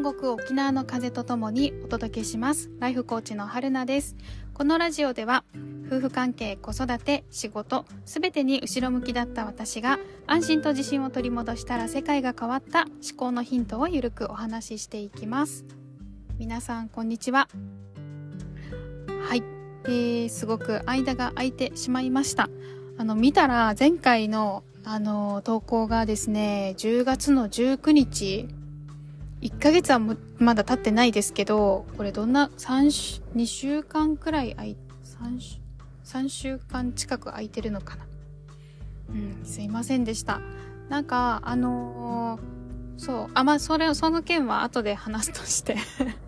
国沖縄の風とともにお届けします。ライフコーチの春菜です。このラジオでは夫婦関係、子育て、仕事すべてに後ろ向きだった私が安心と自信を取り戻したら世界が変わった思考のヒントをゆるくお話ししていきます。皆さんこんにちは。はい、すごく間が空いてしまいました。見たら前回の投稿がですね、10月の19日、1ヶ月はまだ経ってないですけど、これどんな2週間くらい3週間近く空いてるのかな。すいませんでした。なんかその件は後で話すとして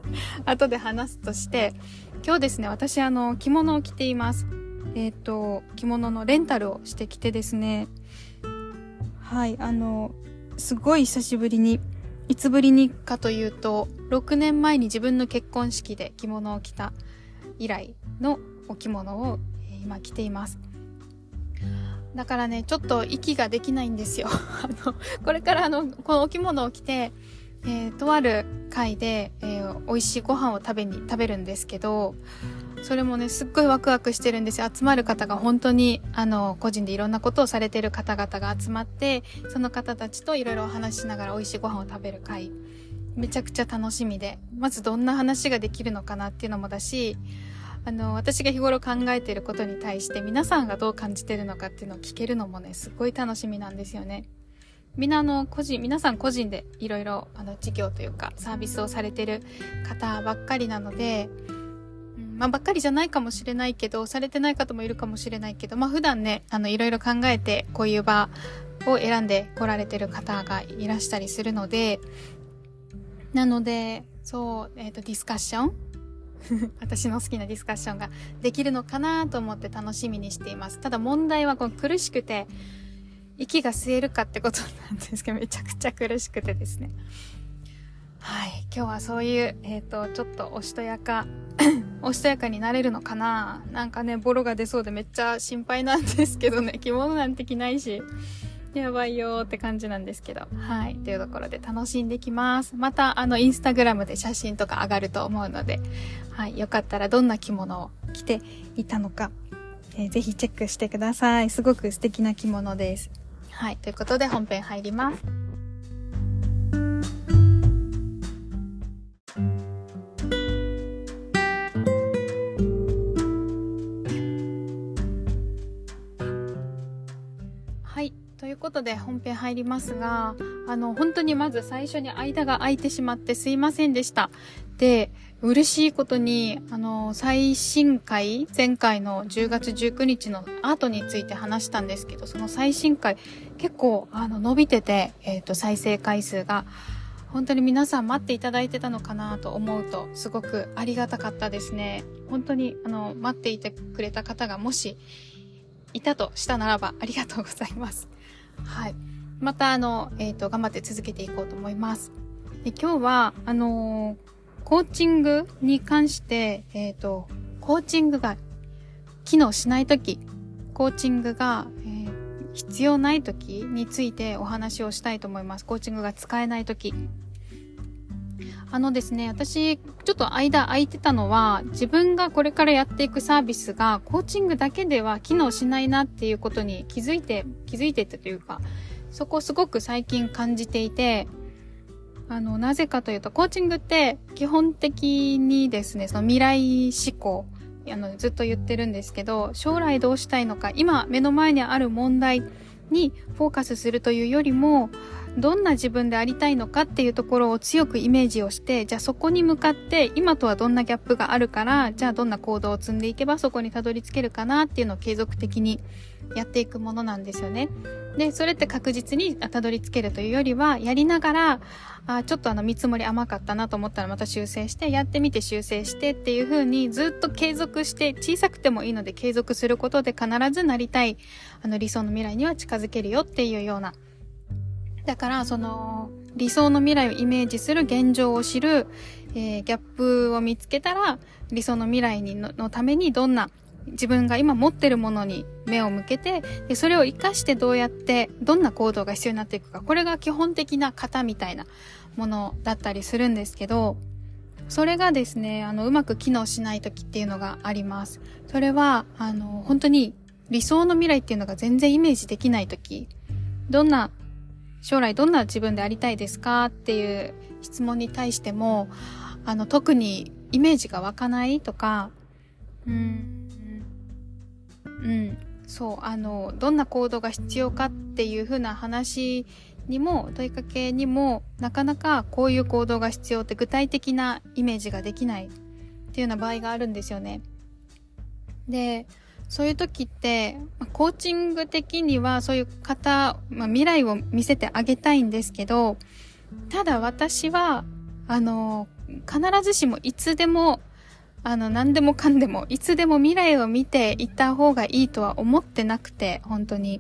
今日ですね、私着物を着ています。着物のレンタルをしてきてですね、はい、すごい久しぶりに、いつぶりにかというと、6年前に自分の結婚式で着物を着た以来のお着物を今着ています。だからね、ちょっと息ができないんですよ。これからこのお着物を着て、とある会で、美味しいご飯を食べるんですけど、それもね、すっごいワクワクしてるんですよ。集まる方が本当に、個人でいろんなことをされている方々が集まって、その方たちといろいろお話ししながら美味しいご飯を食べる会。めちゃくちゃ楽しみで、まずどんな話ができるのかなっていうのもだし、私が日頃考えていることに対して皆さんがどう感じているのかっていうのを聞けるのもね、すごい楽しみなんですよね。皆さん個人でいろいろ事業というかサービスをされている方ばっかりなので、ばっかりじゃないかもしれないけど、されてない方もいるかもしれないけど、普段ね、いろいろ考えてこういう場を選んで来られてる方がいらしたりするので、なので、ディスカッション私の好きなディスカッションができるのかなと思って楽しみにしています。ただ問題は苦しくて、息が吸えるかってことなんですけど、めちゃくちゃ苦しくてですね。はい。今日はそういう、ちょっとおしとやかになれるのかな。なんかね、ボロが出そうでめっちゃ心配なんですけどね、着物なんて着ないし、やばいよーって感じなんですけど。はい。というところで楽しんできます。また、インスタグラムで写真とか上がると思うので、はい。よかったらどんな着物を着ていたのか、ぜひチェックしてください。すごく素敵な着物です。はい。ということで本編入ります。はい。ということで本編入りますが、本当にまず最初に間が空いてしまってすいませんでした。で、嬉しいことに、最新回、前回の10月19日のアートについて話したんですけど、その最新回、結構、伸びてて、再生回数が、本当に皆さん待っていただいてたのかなと思うと、すごくありがたかったですね。本当に、待っていてくれた方がもし、いたとしたならば、ありがとうございます。はい。また、頑張って続けていこうと思います。で、今日は、コーチングに関して、コーチングが機能しないとき、コーチングが、必要ないときについてお話をしたいと思います。コーチングが使えないとき。ですね、私、ちょっと間空いてたのは、自分がこれからやっていくサービスが、コーチングだけでは機能しないなっていうことに気づいてたというか、そこをすごく最近感じていて、なぜかというと、コーチングって基本的にですね、その未来思考、ずっと言ってるんですけど、将来どうしたいのか、今目の前にある問題にフォーカスするというよりも、どんな自分でありたいのかっていうところを強くイメージをして、じゃあそこに向かって今とはどんなギャップがあるから、じゃあどんな行動を積んでいけばそこにたどり着けるかなっていうのを継続的にやっていくものなんですよね。で、それって確実にたどり着けるというよりは、やりながら、ちょっと見積もり甘かったなと思ったらまた修正して、やってみて修正してっていう風にずっと継続して、小さくてもいいので継続することで必ずなりたい、理想の未来には近づけるよっていうような。だから、その、理想の未来をイメージする現状を知る、ギャップを見つけたら、理想の未来のためにどんな自分が今持ってるものに目を向けて、でそれを活かしてどうやってどんな行動が必要になっていくか、これが基本的な型みたいなものだったりするんですけど、それがですねうまく機能しない時っていうのがあります。それは本当に理想の未来っていうのが全然イメージできない時、将来どんな自分でありたいですかっていう質問に対しても特にイメージが湧かないとか、そうどんな行動が必要かっていう風な話にも問いかけにもなかなかこういう行動が必要って具体的なイメージができないっていうような場合があるんですよね。でそういう時ってコーチング的にはそういう方、未来を見せてあげたいんですけど、ただ私は必ずしもいつでも何でもかんでもいつでも未来を見ていった方がいいとは思ってなくて、本当に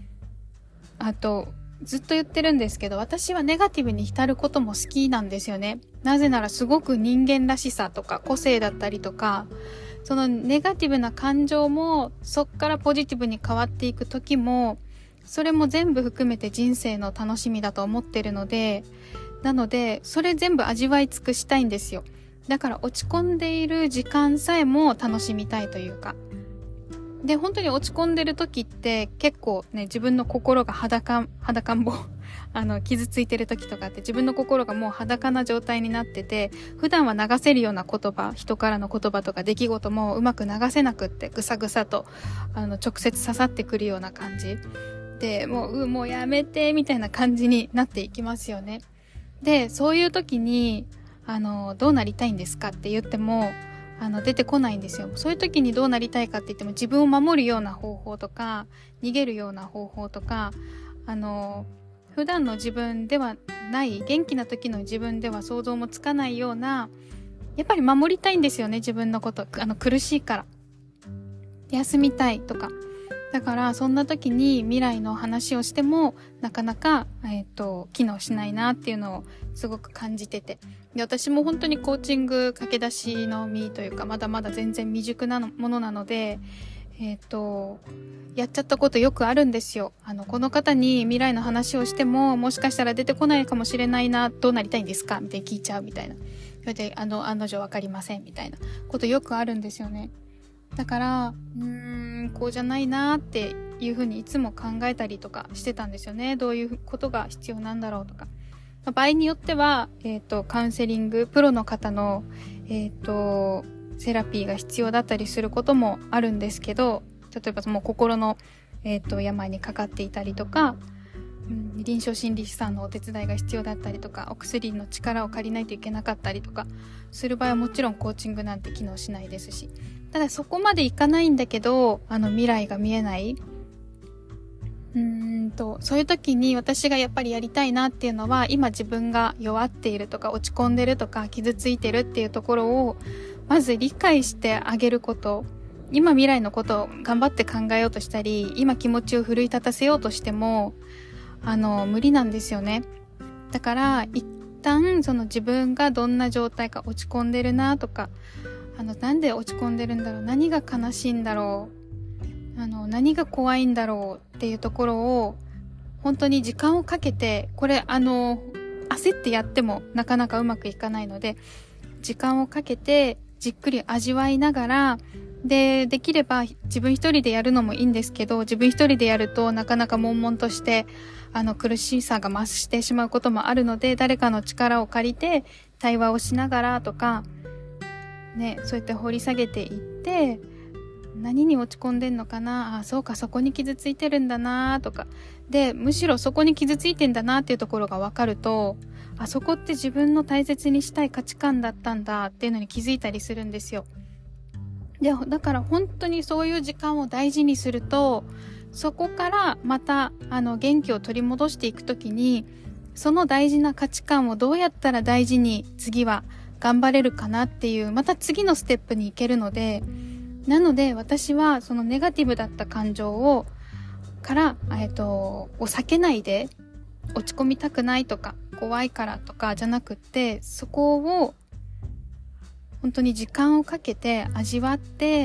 ずっと言ってるんですけど、私はネガティブに浸ることも好きなんですよね。なぜならすごく人間らしさとか個性だったりとか、そのネガティブな感情もそっからポジティブに変わっていく時も、それも全部含めて人生の楽しみだと思ってるので、なのでそれ全部味わい尽くしたいんですよ。だから落ち込んでいる時間さえも楽しみたいというか。で、本当に落ち込んでる時って結構ね、自分の心が裸んぼ傷ついてる時とかって自分の心がもう裸な状態になってて、普段は流せるような言葉、人からの言葉とか出来事もうまく流せなくって、ぐさぐさと直接刺さってくるような感じで、もうやめてみたいな感じになっていきますよね。で、そういう時にどうなりたいんですかって言っても出てこないんですよ。そういう時にどうなりたいかって言っても、自分を守るような方法とか逃げるような方法とか普段の自分ではない、元気な時の自分では想像もつかないような、やっぱり守りたいんですよね、自分のこと。苦しいから休みたいとか。だからそんな時に未来の話をしてもなかなか、機能しないなっていうのをすごく感じてて、で私も本当にコーチング駆け出しの身というか、まだまだ全然未熟なものなので、やっちゃったことよくあるんですよ。この方に未来の話をしてももしかしたら出てこないかもしれないな、どうなりたいんですかみたいに聞いちゃうみたいな。それで案の定わかりませんみたいなことよくあるんですよね。だからこうじゃないなっていうふうにいつも考えたりとかしてたんですよね。どういうことが必要なんだろうとか。場合によっては、カウンセリング、プロの方の、セラピーが必要だったりすることもあるんですけど、例えばもう心の、病にかかっていたりとか、臨床心理士さんのお手伝いが必要だったりとか、お薬の力を借りないといけなかったりとかする場合はもちろんコーチングなんて機能しないですし、ただそこまでいかないんだけど未来が見えない、そういう時に私がやっぱりやりたいなっていうのは、今自分が弱っているとか落ち込んでるとか傷ついてるっていうところをまず理解してあげること。今未来のことを頑張って考えようとしたり、今気持ちを奮い立たせようとしても無理なんですよね。だから一旦その自分がどんな状態か、落ち込んでるなとか、なんで落ち込んでるんだろう、何が悲しいんだろう、何が怖いんだろうっていうところを本当に時間をかけて、これ焦ってやってもなかなかうまくいかないので、時間をかけてじっくり味わいながら、できれば自分一人でやるのもいいんですけど、自分一人でやるとなかなか悶々として苦しさが増してしまうこともあるので、誰かの力を借りて対話をしながらとかね、そうやって掘り下げていって、何に落ち込んでんのかな、そうか、そこに傷ついてるんだなとかで、むしろそこに傷ついてんだなっていうところが分かると、そこって自分の大切にしたい価値観だったんだっていうのに気づいたりするんですよ。でだから本当にそういう時間を大事にすると、そこからまた元気を取り戻していくときに、その大事な価値観をどうやったら大事に次は頑張れるかなっていう、また次のステップに行けるので、なので私はそのネガティブだった感情から避けないで、落ち込みたくないとか怖いからとかじゃなくって、そこを本当に時間をかけて味わって、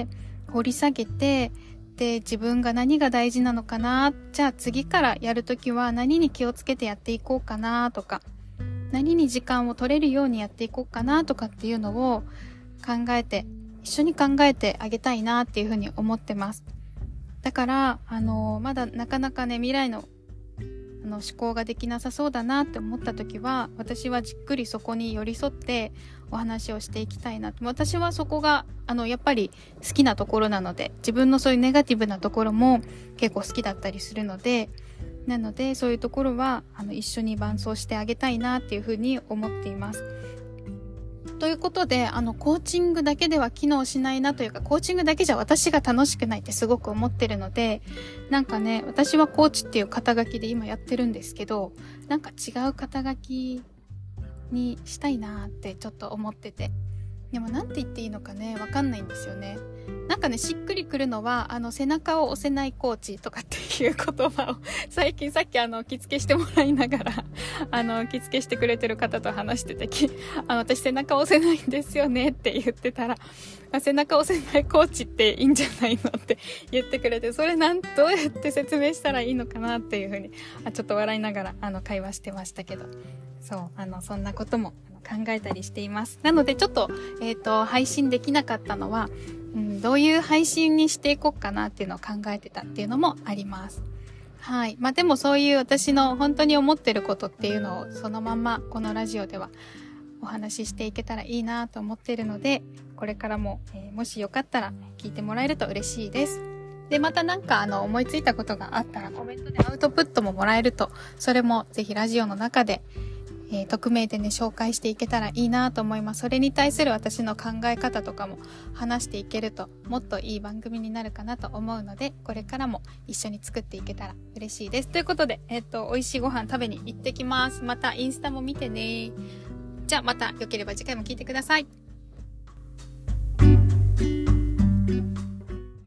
掘り下げて、で、自分が何が大事なのかな、じゃあ次からやるときは何に気をつけてやっていこうかなとか、何に時間を取れるようにやっていこうかなとかっていうのを考えて、一緒に考えてあげたいなっていうふうに思ってます。だから、まだなかなかね、未来の思考ができなさそうだなって思った時は、私はじっくりそこに寄り添ってお話をしていきたいなと。私はそこがやっぱり好きなところなので、自分のそういうネガティブなところも結構好きだったりするので、なのでそういうところは一緒に伴走してあげたいなっていうふうに思っています。ということで、コーチングだけでは機能しないなというか、コーチングだけじゃ私が楽しくないってすごく思ってるので、なんかね、私はコーチっていう肩書きで今やってるんですけど、なんか違う肩書きにしたいなってちょっと思ってて。でもなんて言っていいのかね、わかんないんですよね。なんかね、しっくりくるのは、背中を押せないコーチとかっていう言葉を、最近さっき着付けしてもらいながら、着付けしてくれてる方と話してて、私背中押せないんですよねって言ってたら、背中押せないコーチっていいんじゃないのって言ってくれて、それどうやって説明したらいいのかなっていうふうに、ちょっと笑いながら、会話してましたけど、そう、そんなことも考えたりしています。なのでちょっと、配信できなかったのは、どういう配信にしていこうかなっていうのを考えてたっていうのもあります。はい。まあでもそういう私の本当に思ってることっていうのをそのまんまこのラジオではお話ししていけたらいいなと思っているので、これからも、もしよかったら聞いてもらえると嬉しいです。で、またなんか思いついたことがあったらコメントでアウトプットももらえると、それもぜひラジオの中で匿名でね紹介していけたらいいなと思います。それに対する私の考え方とかも話していけるともっといい番組になるかなと思うので、これからも一緒に作っていけたら嬉しいです。ということで美味しいご飯食べに行ってきます。またインスタも見てね。じゃあまた良ければ次回も聞いてください。